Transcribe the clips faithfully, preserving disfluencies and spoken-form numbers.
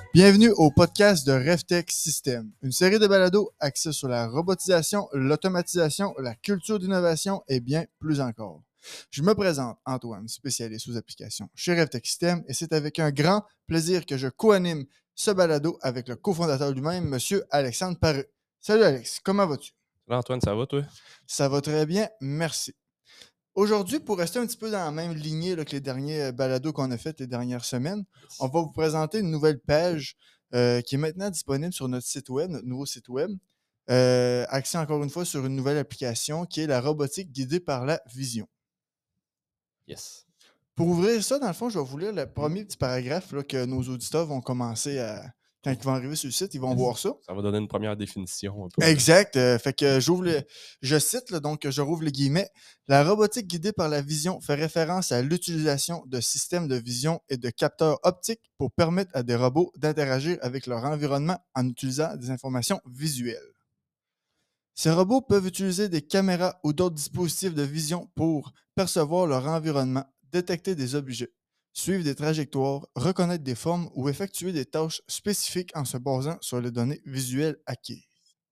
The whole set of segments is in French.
Bienvenue au podcast de RevTech System, une série de balados axée sur la robotisation, l'automatisation, la culture d'innovation et bien plus encore. Je me présente, Antoine, spécialiste aux applications chez RevTech System, et c'est avec un grand plaisir que je co-anime ce balado avec le cofondateur lui-même, M. Alexandre Parut. Salut Alex, comment vas-tu? Salut Antoine, ça va toi? Ça va très bien, merci. Aujourd'hui, pour rester un petit peu dans la même lignée là, que les derniers euh, balados qu'on a fait les dernières semaines, on va vous présenter une nouvelle page euh, qui est maintenant disponible sur notre site web, notre nouveau site web, euh, axé encore une fois sur une nouvelle application qui est la robotique guidée par la vision. Yes. Pour ouvrir ça, dans le fond, je vais vous lire le premier petit paragraphe là, que nos auditeurs vont commencer à... Quand ils vont arriver sur le site, ils vont voir ça. Ça va donner une première définition un peu. Exact. Euh, fait que j'ouvre le, je cite, là, donc je rouvre les guillemets. La robotique guidée par la vision fait référence à l'utilisation de systèmes de vision et de capteurs optiques pour permettre à des robots d'interagir avec leur environnement en utilisant des informations visuelles. Ces robots peuvent utiliser des caméras ou d'autres dispositifs de vision pour percevoir leur environnement, détecter des objets, suivre des trajectoires, reconnaître des formes ou effectuer des tâches spécifiques en se basant sur les données visuelles acquises.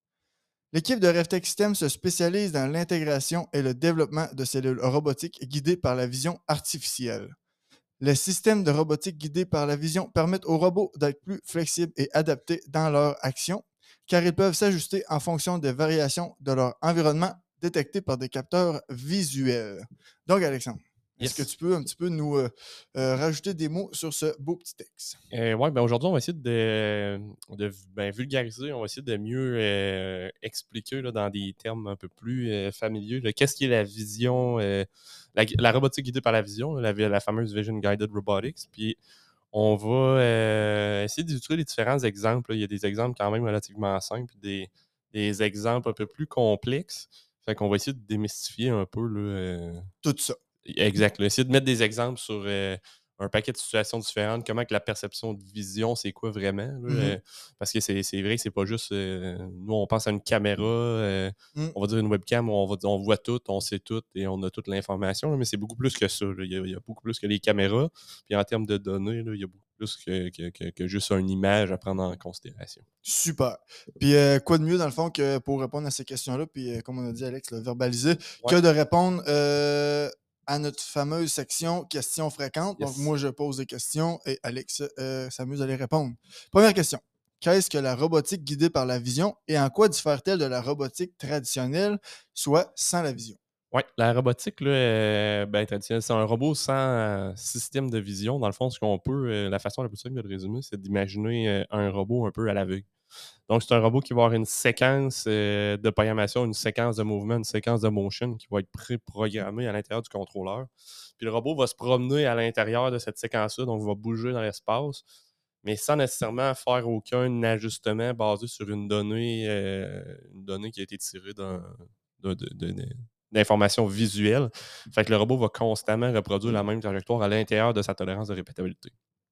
L'équipe de RevTech System se spécialise dans l'intégration et le développement de cellules robotiques guidées par la vision artificielle. Les systèmes de robotique guidés par la vision permettent aux robots d'être plus flexibles et adaptés dans leur action, car ils peuvent s'ajuster en fonction des variations de leur environnement détectées par des capteurs visuels. Donc, Alexandre, est-ce Yes. que tu peux un petit peu nous euh, euh, rajouter des mots sur ce beau petit texte? Euh, ouais, ben aujourd'hui, on va essayer de, de ben, vulgariser, on va essayer de mieux euh, expliquer là, dans des termes un peu plus euh, familiers là, qu'est-ce qui est la vision, euh, la, la robotique guidée par la vision, la, la fameuse Vision Guided Robotics. Puis on va euh, essayer d'utiliser les différents exemples. Là. Il y a des exemples quand même relativement simples, puis des, des exemples un peu plus complexes. Fait qu'on va essayer de démystifier un peu là, euh, Tout ça. Exact. Là. Essayer de mettre des exemples sur euh, un paquet de situations différentes, comment que la perception de vision, c'est quoi vraiment. Là, Mm-hmm. euh, parce que c'est, c'est vrai que c'est pas juste. Euh, nous, on pense à une caméra, euh, Mm. on va dire une webcam où on, va, on voit tout, on sait tout et on a toute l'information, là, mais c'est beaucoup plus que ça. Il y, a, il y a beaucoup plus que les caméras. Puis en termes de données, là, il y a beaucoup plus que, que, que, que juste une image à prendre en considération. Super. Puis euh, quoi de mieux, dans le fond, que pour répondre à ces questions-là, puis euh, comme on a dit, Alex, le verbaliser, Ouais. que de répondre euh, à notre fameuse section questions fréquentes. Yes. Donc, moi, je pose des questions et Alex euh, s'amuse à les répondre. Première question. Qu'est-ce que la robotique guidée par la vision et en quoi diffère-t-elle de la robotique traditionnelle, soit sans la vision? Oui, la robotique, là, euh, ben, traditionnelle, c'est un robot sans euh, système de vision. Dans le fond, ce qu'on peut, euh, la façon la plus simple de le résumer, c'est d'imaginer euh, un robot un peu à l'aveugle. Donc, c'est un robot qui va avoir une séquence euh, de programmation, une séquence de mouvement, une séquence de motion qui va être pré-programmée à l'intérieur du contrôleur. Puis le robot va se promener à l'intérieur de cette séquence-là, donc il va bouger dans l'espace, mais sans nécessairement faire aucun ajustement basé sur une donnée, euh, une donnée qui a été tirée d'un, de, de, de, de, d'informations visuelles. Fait que le robot va constamment reproduire la même trajectoire à l'intérieur de sa tolérance de répétabilité.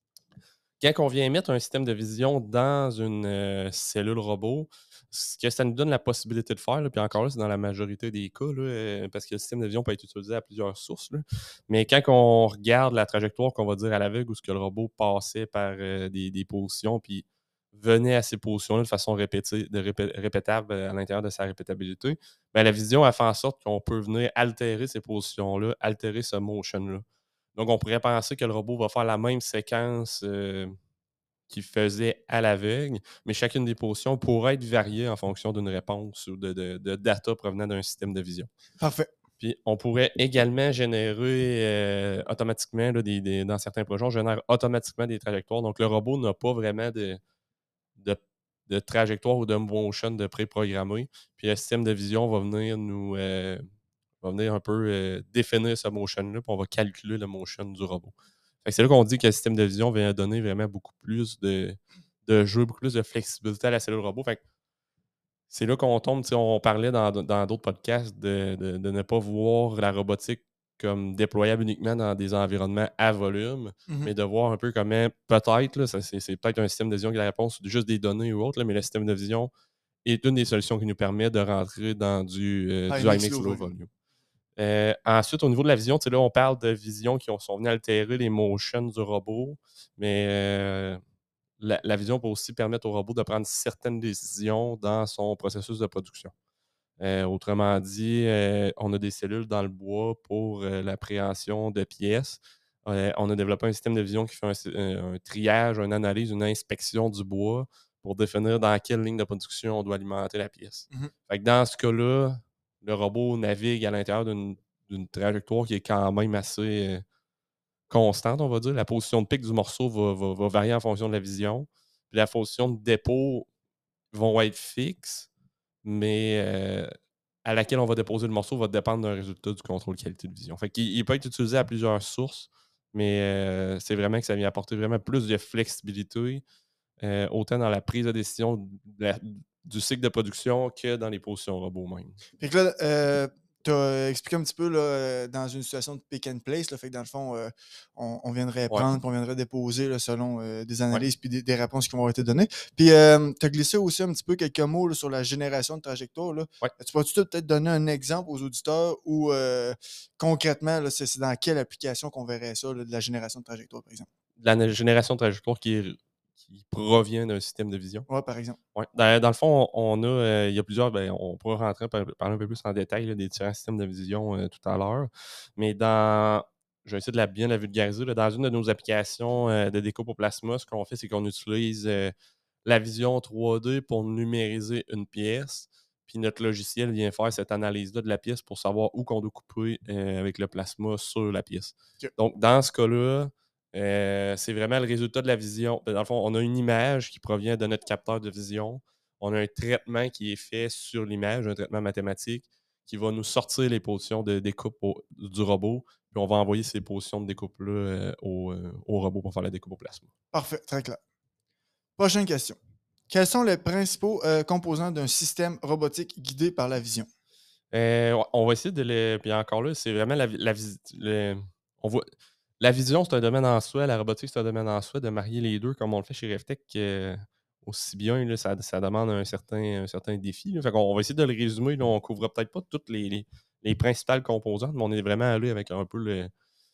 Quand on vient mettre un système de vision dans une euh, cellule robot, ce que ça nous donne la possibilité de faire, là, puis encore là, c'est dans la majorité des cas, là, euh, parce que le système de vision peut être utilisé à plusieurs sources. Là. Mais quand on regarde la trajectoire qu'on va dire à l'aveugle, où ce que le robot passait par euh, des, des positions, puis venait à ces positions-là de façon répétée, de répé- répétable à l'intérieur de sa répétabilité, ben, la vision elle fait en sorte qu'on peut venir altérer ces positions-là, altérer ce motion-là. Donc, on pourrait penser que le robot va faire la même séquence euh, qu'il faisait à l'aveugle, mais chacune des positions pourrait être variée en fonction d'une réponse ou de, de, de data provenant d'un système de vision. Parfait. Puis, on pourrait également générer euh, automatiquement, là, des, des, dans certains projets, on génère automatiquement des trajectoires. Donc, le robot n'a pas vraiment de, de, de trajectoire ou de motion de pré-programmé. Puis, le système de vision va venir nous... Euh, va venir un peu euh, définir ce motion-là, puis on va calculer le motion du robot. Fait que c'est là qu'on dit que le système de vision vient donner vraiment beaucoup plus de, de jeu, beaucoup plus de flexibilité à la cellule robot. Fait que c'est là qu'on tombe, on parlait dans, dans d'autres podcasts de, de, de ne pas voir la robotique comme déployable uniquement dans des environnements à volume, Mm-hmm. mais de voir un peu comment peut-être, là, ça, c'est, c'est peut-être un système de vision qui est la réponse, juste des données ou autre, là, mais le système de vision est une des solutions qui nous permet de rentrer dans du, euh, High du mix high mix low low volume. volume. Euh, ensuite, au niveau de la vision, là, on parle de visions qui ont, sont venues altérer les motions du robot, mais euh, la, la vision peut aussi permettre au robot de prendre certaines décisions dans son processus de production. Euh, autrement dit, euh, on a des cellules dans le bois pour euh, l'appréhension de pièces. Euh, on a développé un système de vision qui fait un, un- un triage, une analyse, une inspection du bois pour définir dans quelle ligne de production on doit alimenter la pièce. Mhm. Fait que dans ce cas-là, le robot navigue à l'intérieur d'une d'une trajectoire qui est quand même assez euh, constante, on va dire. La position de pic du morceau va, va- va varier en fonction de la vision. Puis la position de dépôt vont être fixes, mais euh, à laquelle on va déposer le morceau va dépendre d'un résultat du contrôle qualité de vision. Fait qu'il il peut être utilisé à plusieurs sources, mais euh, c'est vraiment que ça vient apporter vraiment plus de flexibilité, euh, autant dans la prise de décision de la- du cycle de production que dans les positions robots même. Fait que là, euh, tu as expliqué un petit peu là, euh, dans une situation de pick and place. Là, fait que dans le fond, euh, on, on viendrait Ouais, prendre, puis on viendrait déposer là, selon euh, des ouais. analyses puis des, des réponses qui vont être données. Puis euh, tu as glissé aussi un petit peu quelques mots là, sur la génération de trajectoire. Là. Ouais. Tu peux-tu peut-être donner un exemple aux auditeurs ou euh, concrètement, là, c'est, c'est dans quelle application qu'on verrait ça, là, de la génération de trajectoire, par exemple? De la génération de trajectoire qui, est- qui provient d'un système de vision. Ouais, par exemple. Ouais. Dans, dans le fond, on, on a, euh, il y a plusieurs, ben, on pourra rentrer par- parler un peu plus en détail là, des différents systèmes de vision euh, tout à l'heure. Mais dans, je vais essayer de la bien la vulgariser. Là, dans une de nos applications euh, de découpe au plasma, ce qu'on fait, c'est qu'on utilise euh, la vision trois D pour numériser une pièce. Puis notre logiciel vient faire cette analyse-là de la pièce pour savoir où qu'on doit couper euh, avec le plasma sur la pièce. Ok. Donc, dans ce cas-là, euh, c'est vraiment le résultat de la vision. Dans le fond, on a une image qui provient de notre capteur de vision. On a un traitement qui est fait sur l'image, un traitement mathématique, qui va nous sortir les positions de découpe au- du robot. Puis on va envoyer ces positions de découpe-là euh, au, euh, au robot pour faire la découpe au plasma. Parfait, très clair. Prochaine question. Quels sont les principaux euh, composants d'un système robotique guidé par la vision? Euh, ouais, on va essayer de les. Puis encore là, c'est vraiment la, vi- la vis- le- on voit. La vision, c'est un domaine en soi, la robotique, c'est un domaine en soi. De marier les deux, comme on le fait chez RevTech, euh, aussi bien, là, ça, ça demande un certain, un certain défi. Là. Fait qu'on- on va essayer de le résumer. Là. On ne couvrira peut-être pas toutes les, les, les principales composantes, mais on est vraiment allé avec un peu le,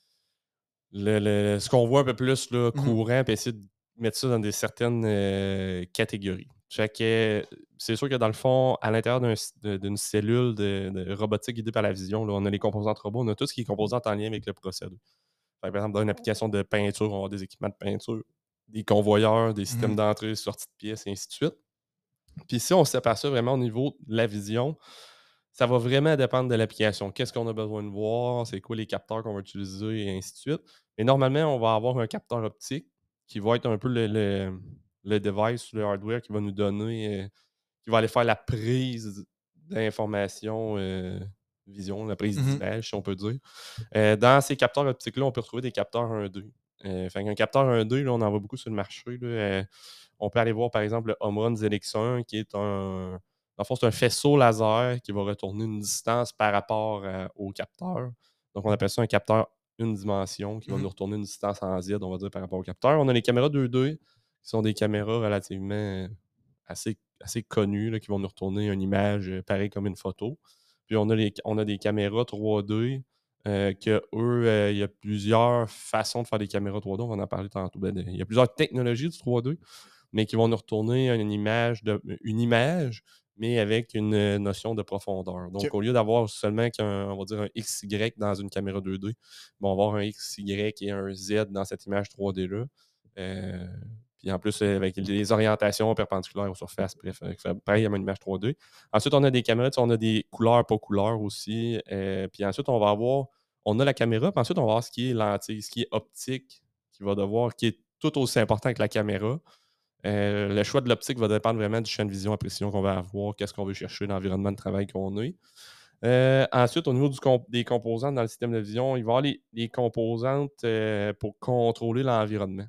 le- le- ce qu'on voit un peu plus là, Mhm. courant, puis essayer de mettre ça dans des certaines euh, catégories. Fait que, euh, c'est sûr que dans le fond, à l'intérieur d'un c- de- d'une cellule de, de robotique guidée par la vision, là, on a les composantes robots, on a tout ce qui est composante en lien avec le procédé. Fait que, par exemple, dans une application de peinture, on va avoir des équipements de peinture, des convoyeurs, des systèmes Mhm. d'entrée et sortie de pièces, et ainsi de suite. Puis si on sépare ça vraiment au niveau de la vision, ça va vraiment dépendre de l'application. Qu'est-ce qu'on a besoin de voir, c'est quoi les capteurs qu'on va utiliser et ainsi de suite. Mais normalement, on va avoir un capteur optique qui va être un peu le, le, le device, le hardware qui va nous donner, euh, qui va aller faire la prise d'information euh, vision, la prise Mhm. d'image, si on peut dire. Euh, dans ces capteurs optiques-là, on peut retrouver des capteurs un D. Euh, fait qu'un capteur un D, là, on en voit beaucoup sur le marché. Là. Euh, on peut aller voir, par exemple, le Omron Z X un, qui est un. Dans le fond, c'est un faisceau laser qui va retourner une distance par rapport euh, au capteur. Donc, on appelle ça un capteur une dimension qui va Mhm. nous retourner une distance en Z, on va dire, par rapport au capteur. On a les caméras deux D, qui sont des caméras relativement euh, assez, assez connues, là, qui vont nous retourner une image euh, pareille comme une photo. Puis, on a, les, on a des caméras trois D euh, que eux, euh, il y a plusieurs façons de faire des caméras trois D. On va en parler tantôt. Ben, il y a plusieurs technologies du trois D, mais qui vont nous retourner une image, de, une image mais avec une euh, notion de profondeur. Donc, Ok. au lieu d'avoir seulement qu'un, on va dire un X Y dans une caméra deux D, on va avoir un X Y et un Z dans cette image trois D-là. Euh, puis en plus, euh, avec les orientations perpendiculaires aux surfaces, bref, euh, fait pareil, il y a une image trois D. Ensuite, on a des caméras, tu sais, on a des couleurs, pas couleurs aussi. Euh, puis ensuite, on va avoir, on a la caméra, puis ensuite, on va avoir ce qui est lentille, ce qui est optique, qui va devoir, qui est tout aussi important que la caméra. Euh, le choix de l'optique va dépendre vraiment du champ de vision à précision qu'on va avoir, qu'est-ce qu'on veut chercher, l'environnement de travail qu'on a. Euh, ensuite, au niveau du comp- des composantes dans le système de vision, il va y avoir les, les composantes euh, pour contrôler l'environnement.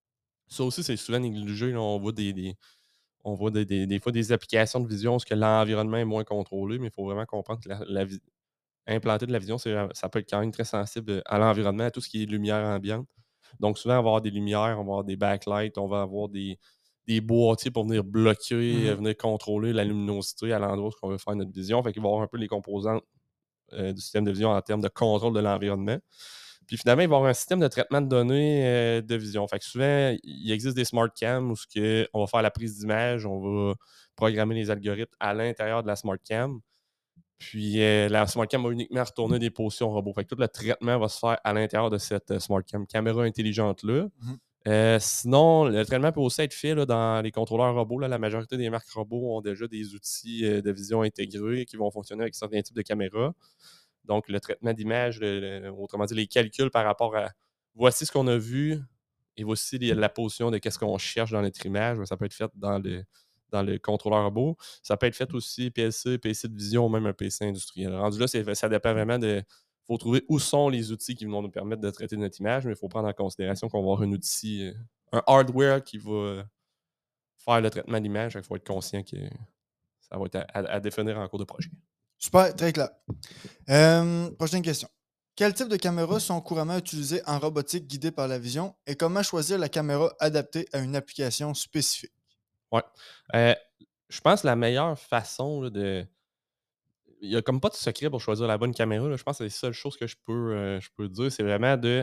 Ça aussi, c'est souvent négligé. Là. On voit des, des- on voit des, des- des fois des applications de vision où que l'environnement est moins contrôlé, mais il faut vraiment comprendre que la, la vi- implanter de la vision, c'est- ça peut être quand même très sensible à l'environnement, à tout ce qui est lumière ambiante. Donc, souvent, on va avoir des lumières, on va avoir des backlights, on va avoir des, des boîtiers pour venir bloquer, euh, Mhm. venir contrôler la luminosité à l'endroit où on veut faire notre vision. Fait qu'il va y avoir un peu les composantes euh, du système de vision en termes de contrôle de l'environnement. Puis finalement, il va y avoir un système de traitement de données euh, de vision. Fait que souvent, il existe des smart cams où ce que on va faire la prise d'image, on va programmer les algorithmes à l'intérieur de la smart cam. Puis euh, la smart cam va uniquement retourner des positions robots. Fait que tout le traitement va se faire à l'intérieur de cette euh, smart cam, caméra intelligente-là. Mhm. Euh, sinon, le traitement peut aussi être fait là, dans les contrôleurs robots. Là, la majorité des marques robots ont déjà des outils euh, de vision intégrés qui vont fonctionner avec certains types de caméras. Donc, le traitement d'image, le- le- autrement dit, les calculs par rapport à voici ce qu'on a vu et voici les- la position de qu'est-ce qu'on cherche dans notre image. Ça peut être fait dans le, dans le contrôleur robot. Ça peut être fait aussi P L C, P C de vision ou même un P C industriel. Rendu là, c'est- ça dépend vraiment de. Il faut trouver où sont les outils qui vont nous permettre de traiter notre image, mais il faut prendre en considération qu'on va avoir un outil, euh, un hardware qui va euh, faire le traitement d'image. Il faut être conscient que ça va être à, à- à définir en cours de projet. Super, très clair. Euh, prochaine question. Quel type de caméras sont couramment utilisées en robotique guidée par la vision et comment choisir la caméra adaptée à une application spécifique? Ouais. Euh, je pense que la meilleure façon là, de. Il n'y a comme pas de secret pour choisir la bonne caméra. Là. Je pense que c'est la seule chose que je peux, euh, je peux dire, c'est vraiment de,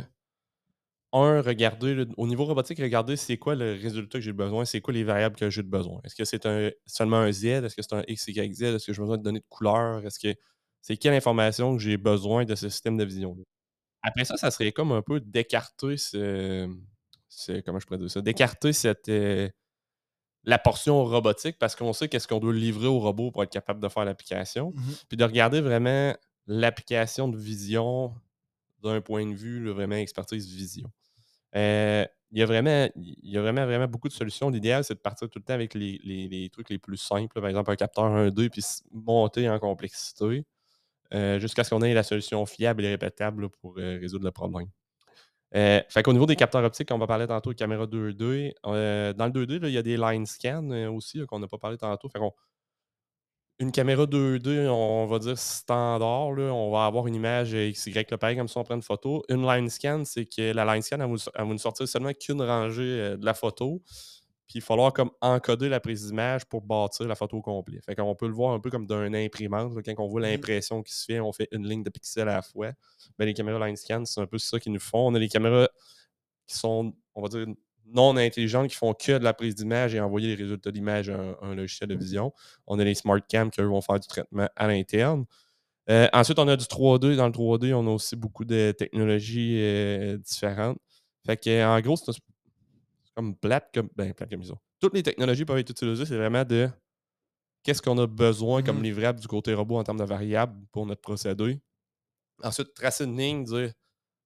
un, regarder, là, au niveau robotique, regarder c'est quoi le résultat que j'ai besoin, c'est quoi les variables que j'ai de besoin. Est-ce que c'est un, seulement un Z? Est-ce que c'est un X, Y, Z? Est-ce que j'ai besoin de données de couleurs? Est-ce que c'est quelle information que j'ai besoin de ce système de vision-là? Après ça, ça serait comme un peu d'écarter ce, ce- comment je pourrais dire ça? D'écarter cette, euh, la portion robotique parce qu'on sait qu'est-ce qu'on doit livrer au robot pour être capable de faire l'application. Mhm. Puis de regarder vraiment l'application de vision d'un point de vue, là, vraiment expertise vision. Euh, il y a vraiment, il y a vraiment, vraiment beaucoup de solutions. L'idéal, c'est de partir tout le temps avec les, les- les trucs les plus simples. Par exemple, un capteur un deux, puis s- monter en complexité euh, jusqu'à ce qu'on ait la solution fiable et répétable là, pour euh, résoudre le problème. Euh, fait qu'au niveau des capteurs optiques, on va parler tantôt de caméra deux D. Euh, dans le deux D, là, il y a des line scans euh, aussi là, qu'on n'a pas parlé tantôt. Fait qu'on- une caméra deux D, on va dire standard, là, on va avoir une image X Y, là, pareil comme si on prend une photo. Une line scan, c'est que la line scan, elle va, nous elle va nous sortir seulement qu'une rangée euh, de la photo. Puis il va falloir comme encoder la prise d'image pour bâtir la photo au complet. Fait qu'on peut le voir un peu comme d'un imprimante. Là, quand on voit Mhm. l'impression qui se fait, on fait une ligne de pixels à la fois. Ben, les caméras line scan, c'est un peu ça qu'ils nous font. On a les caméras qui sont, on va dire, non intelligentes, qui font que de la prise d'image et envoyer les résultats d'image à un, un logiciel de vision. On a les smart cams qui, eux, vont faire du traitement à l'interne. Euh, ensuite, on a du trois D. Dans le trois D, on a aussi beaucoup de technologies euh, différentes. Fait que, en gros, c'est comme plate comme. Ben, plate comme ils ont. Toutes les technologies peuvent être utilisées. C'est vraiment de qu'est-ce qu'on a besoin comme Mhm. livrable du côté robot en termes de variables pour notre procédé. Ensuite, tracer une ligne, dire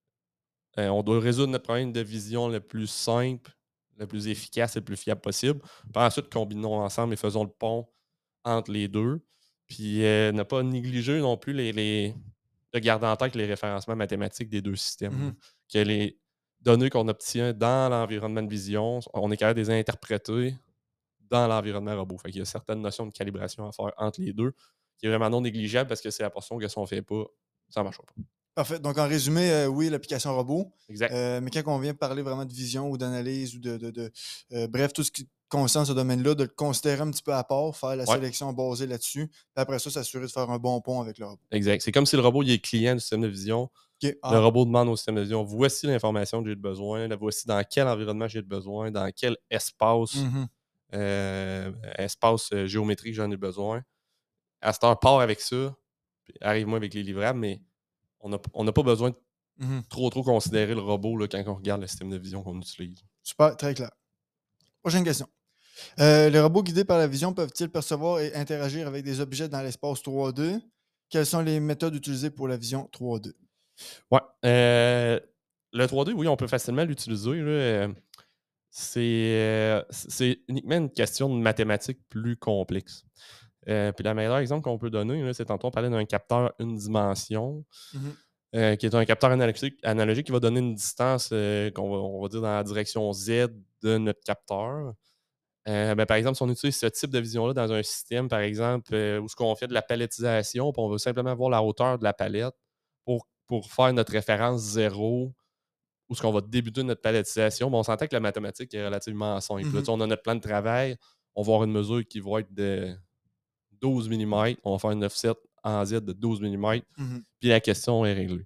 euh, on doit résoudre notre problème de vision le plus simple, le plus efficace et le plus fiable possible. Puis ensuite, combinons ensemble et faisons le pont entre les deux. Puis euh, ne pas négliger non plus les, les, de garder en tête les référencements mathématiques des deux systèmes. Là. Mhm. Que les données qu'on obtient dans l'environnement de vision, on est capable de les interpréter dans l'environnement robot. Fait qu'il y a certaines notions de calibration à faire entre les deux, qui est vraiment non négligeable parce que c'est la portion que si on ne fait pas, ça ne marchera pas. Parfait. Donc, en résumé, euh, oui, l'application robot. Exact. Euh, mais quand on vient parler vraiment de vision ou d'analyse ou de, de, de, euh, bref, tout ce qui concerne ce domaine-là, de le considérer un petit peu à part, faire la Ouais. sélection basée là-dessus, puis après ça, s'assurer de faire un bon pont avec le robot. Exact. C'est comme si le robot il est client du système de vision. OK. Le Ah. robot demande au système de vision voici l'information que j'ai besoin, là, voici dans quel environnement j'ai besoin, dans quel espace, Mhm. euh, espace euh, géométrique j'en ai besoin. À cette heure, part avec ça, puis arrive-moi avec les livrables, mais on n'a on n'a pas besoin de Mhm. trop trop considérer le robot là, quand on regarde le système de vision qu'on utilise. Super, très clair. Prochaine question. Euh, les robots guidés par la vision peuvent-ils percevoir et interagir avec des objets dans l'espace trois D? Quelles sont les méthodes utilisées pour la vision trois D? Ouais. Euh, le trois D, oui, on peut facilement l'utiliser. Là, euh, c'est, euh, c'est uniquement une question de mathématiques plus complexe. Euh, puis le meilleur exemple qu'on peut donner, là, c'est tantôt on parlait d'un capteur une dimension, Mhm. euh, qui est un capteur analogique, analogique qui va donner une distance euh, qu'on va, on va dire dans la direction Z de notre capteur. Euh, ben, par exemple, si on utilise ce type de vision-là dans un système, par exemple, euh, où ce qu'on fait de la palettisation, puis on veut simplement voir la hauteur de la palette pour, pour faire notre référence zéro, où ce qu'on va débuter notre palettisation, ben, on s'entend que la mathématique est relativement simple. Là, tu Mhm. sais, on a notre plan de travail, on va avoir une mesure qui va être de douze millimètres, on va faire une offset en Z de douze millimètres, Mhm. puis la question est réglée.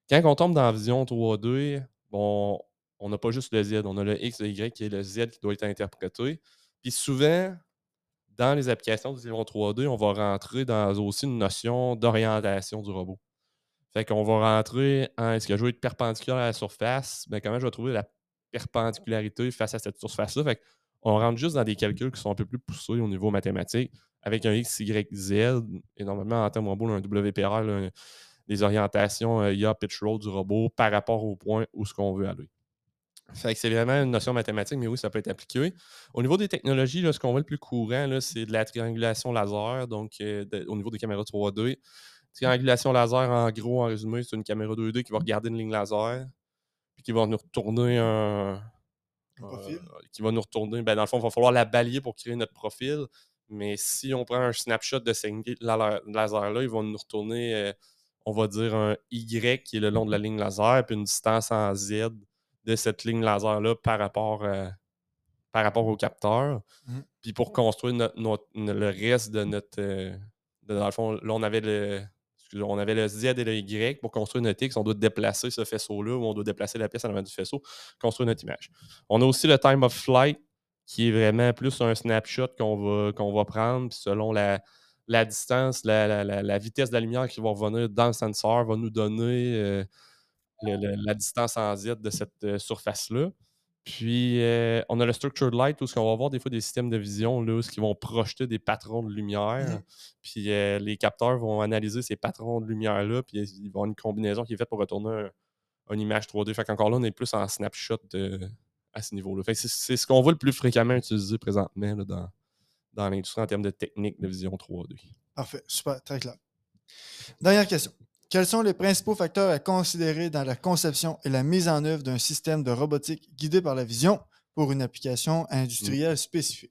Quand on tombe dans la vision trois D, bon, on n'a pas juste le Z, on a le X, le Y qui est le Z qui doit être interprété. Puis souvent, dans les applications de vision trois D, on va rentrer dans aussi une notion d'orientation du robot. Fait qu'on va rentrer en est-ce que je veux être perpendiculaire à la surface? Ben, comment je vais trouver la perpendicularirité face à cette surface-là? Fait qu'on rentre juste dans des calculs qui sont un peu plus poussés au niveau mathématique avec un X, Y, Z. Et normalement, en termes robots, un W P R, là, des orientations euh, yaw, pitch, roll du robot par rapport au point où ce qu'on veut aller. Fait que c'est vraiment une notion mathématique, mais oui, ça peut être appliqué. Au niveau des technologies, là, ce qu'on voit le plus courant, là, c'est de la triangulation laser, donc euh, de- au niveau des caméras trois D. Triangulation laser, en gros, en résumé, c'est une caméra deux D qui va regarder une ligne laser, puis qui va nous retourner un. Un euh, profil. qui va nous retourner. Ben, dans le fond, il va falloir la balayer pour créer notre profil. Mais si on prend un snapshot de ce laser-là, il va nous retourner, euh, on va dire, un Y qui est le long de la ligne laser, puis une distance en Z de cette ligne laser-là par rapport, euh, par rapport au capteur. Mhm. Puis pour construire notre, notre- le reste de notre. euh, de- dans le fond, là, on avait le. excusez, on avait le Z et le Y. Pour construire notre X, on doit déplacer ce faisceau-là ou on doit déplacer la pièce en avant du faisceau, construire notre image. On a aussi le time of flight, qui est vraiment plus un snapshot qu'on va, qu'on va prendre. Puis selon la, la distance, la, la- la- la vitesse de la lumière qui va revenir dans le sensor, va nous donner euh, le- le- la distance en Z de cette euh, surface-là. Puis, euh, on a le structured light, où ce qu'on va avoir des fois des systèmes de vision là, où ce qui vont projeter des patrons de lumière. Mhm. Puis, euh, les capteurs vont analyser ces patrons de lumière-là, puis ils vont avoir une combinaison qui est faite pour retourner un- une image trois D. Fait qu'encore là, on est plus en snapshot euh, à ce niveau-là. Fait que c'est c'est ce qu'on voit le plus fréquemment utilisé présentement là, dans, dans l'industrie en termes de technique de vision trois D. Parfait, super, très clair. Dernière question. Quels sont les principaux facteurs à considérer dans la conception et la mise en œuvre d'un système de robotique guidé par la vision pour une application Mm. industrielle spécifique?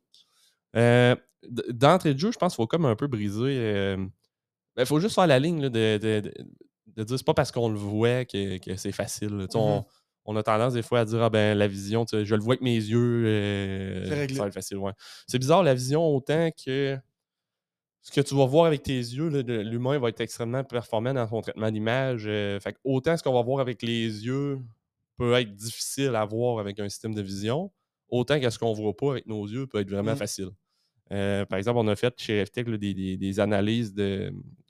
Euh, d- D'entrée de jeu, je pense qu'il faut comme un peu briser. euh, Il faut juste faire la ligne là, de, de, de, de dire c'est pas parce qu'on le voit que, que c'est facile. là. Tu sais, Mhm. On, on a tendance des fois à dire ah ben la vision, tu sais, je le vois avec mes yeux, C'est euh, ça réglé. va être facile. Ouais. C'est bizarre la vision autant que ce que tu vas voir avec tes yeux, là, de- l'humain va être extrêmement performant dans son traitement d'image. euh, fait que autant ce qu'on va voir avec les yeux peut être difficile à voir avec un système de vision, autant que ce qu'on voit pas avec nos yeux peut être vraiment Mhm. facile. Euh, par exemple, on a fait chez F T E C là, des, des- des analyses de,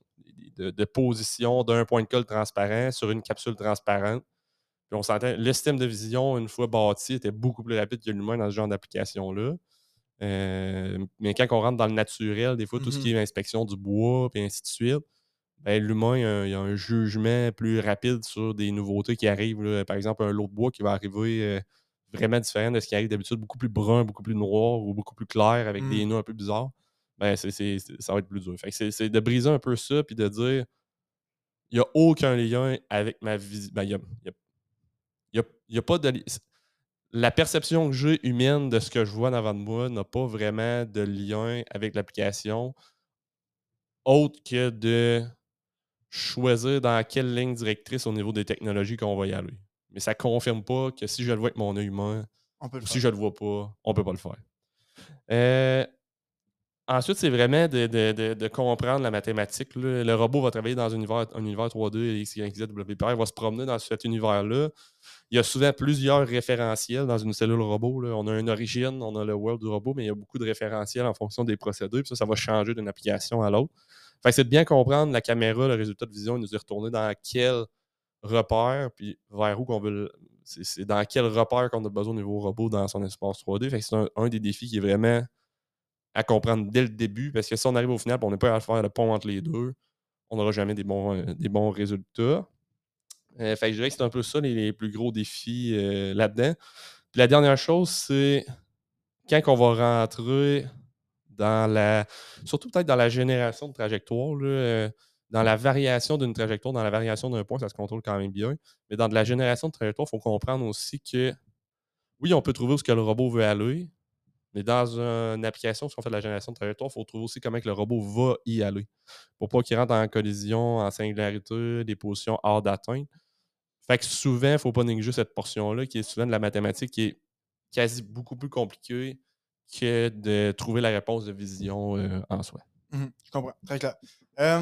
de, de position d'un point de colle transparent sur une capsule transparente. Puis on s'entend, le système de vision, une fois bâti, était beaucoup plus rapide que l'humain dans ce genre d'application-là. Euh, mais quand on rentre dans le naturel, des fois, tout ce qui Mhm. est inspection du bois, puis ainsi de suite, ben, l'humain, il a, il a un jugement plus rapide sur des nouveautés qui arrivent. Là. Par exemple, un lot de bois qui va arriver euh, vraiment différent de ce qui arrive d'habitude, beaucoup plus brun, beaucoup plus noir ou beaucoup plus clair avec des Mhm. nœuds un peu bizarres. Ben, c'est, c'est- c'est- ça va être plus dur. Fait que c'est, c'est de briser un peu ça puis de dire il n'y a aucun lien avec ma vie. Ben, il y a, il y a- il y a- il y a pas de. li- La perception que j'ai humaine de ce que je vois en avant de moi n'a pas vraiment de lien avec l'application autre que de choisir dans quelle ligne directrice au niveau des technologies qu'on va y aller. Mais ça ne confirme pas que si je le vois avec mon œil humain On peut le ou si faire. je le vois pas, on ne peut pas le faire. Euh, Ensuite, c'est vraiment de, de- de- de comprendre la mathématique. Là. Le robot va travailler dans un univers, un univers trois D, X, Y, Z, W P R, il va se promener dans cet univers-là. Il y a souvent plusieurs référentiels dans une cellule robot. Là. On a une origine, on a le world du robot, mais il y a beaucoup de référentiels en fonction des procédés. Puis ça, ça va changer d'une application à l'autre. Fait que c'est de bien comprendre la caméra, le résultat de vision, il nous est retourné dans quel repère, puis vers où qu'on veut le- c'est, c'est dans quel repère qu'on a besoin au niveau robot dans son espace trois D. Fait que c'est un, un des défis qui est vraiment à comprendre dès le début, parce que si on arrive au final et on n'est pas à faire le pont entre les deux, on n'aura jamais des bons, euh, des bons résultats. Euh, fait que je dirais que c'est un peu ça les, les plus gros défis euh, là-dedans. Puis la dernière chose, c'est quand on va rentrer dans la. Surtout peut-être dans la génération de trajectoire, là, euh, dans la variation d'une trajectoire, dans la variation d'un point, ça se contrôle quand même bien. Mais dans de la génération de trajectoire, il faut comprendre aussi que oui, on peut trouver où ce que le robot veut aller, mais dans une application, si on fait de la génération de trajectoire, il faut trouver aussi comment que le robot va y aller. Pour pas qu'il rentre en collision, en singularité, des positions hors d'atteinte. Fait que souvent, il ne faut pas négliger cette portion-là, qui est souvent de la mathématique, qui est quasi beaucoup plus compliquée que de trouver la réponse de vision euh, en soi. Mhm. Je comprends. Très clair. Euh,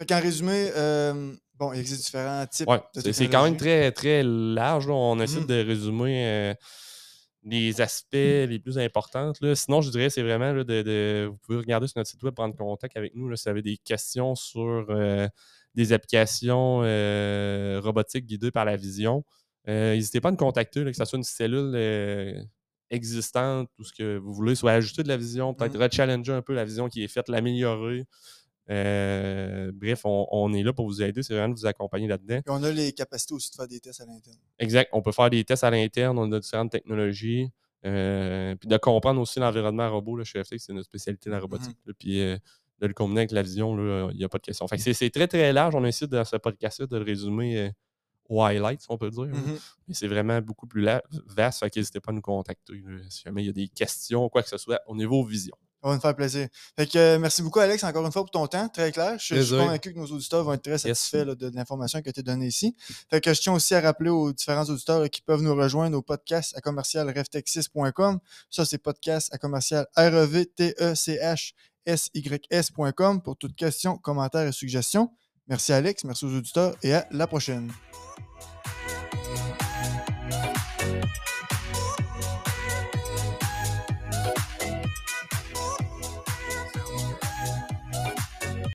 Fait qu'en résumé, euh, bon, il existe différents types Ouais, de c'est c'est quand même technologies. très, très large, là. On essaie Mhm. de résumer euh, les aspects les plus importants, là. Sinon, je dirais, c'est vraiment là, de, de- vous pouvez regarder sur notre site web, prendre contact avec nous là, si vous avez des questions sur euh, des applications euh, robotiques guidées par la vision. Euh, N'hésitez pas à nous contacter, là, que ce soit une cellule euh, existante, tout ce que vous voulez, soit ajouter de la vision, peut-être Mhm. rechallenger un peu la vision qui est faite, l'améliorer. Euh, bref, on, on est là pour vous aider. C'est vraiment de vous accompagner là-dedans. Puis on a les capacités aussi de faire des tests à l'interne. Exact. On peut faire des tests à l'interne. On a différentes technologies. Euh, puis de comprendre aussi l'environnement robot. Là, chez F T X, c'est notre spécialité, la Mhm. robotique. Là, puis euh, de le combiner avec la vision, il n'y a pas de question. Fait que c'est, c'est très, très large. On a essayé dans ce podcast-là de le résumer euh, au highlight, si on peut dire. Là. Mhm. Mais c'est vraiment beaucoup plus la- vaste. Fait qu'hésitez pas à nous contacter là, si jamais il y a des questions ou quoi que ce soit au niveau vision. Ça va nous faire plaisir. Fait que euh, merci beaucoup, Alex, encore une fois pour ton temps. Très clair. Je, je suis Plaisir. convaincu que nos auditeurs vont être très Yes. satisfaits là, de, de l'information qui a été donnée ici. Fait que je tiens aussi à rappeler aux différents auditeurs là, qui peuvent nous rejoindre au podcast à commercial revtechsys point com. Ça, c'est podcast à commercial R E V T E C H S Y S point com pour toutes questions, commentaires et suggestions. Merci, Alex. Merci aux auditeurs et à la prochaine.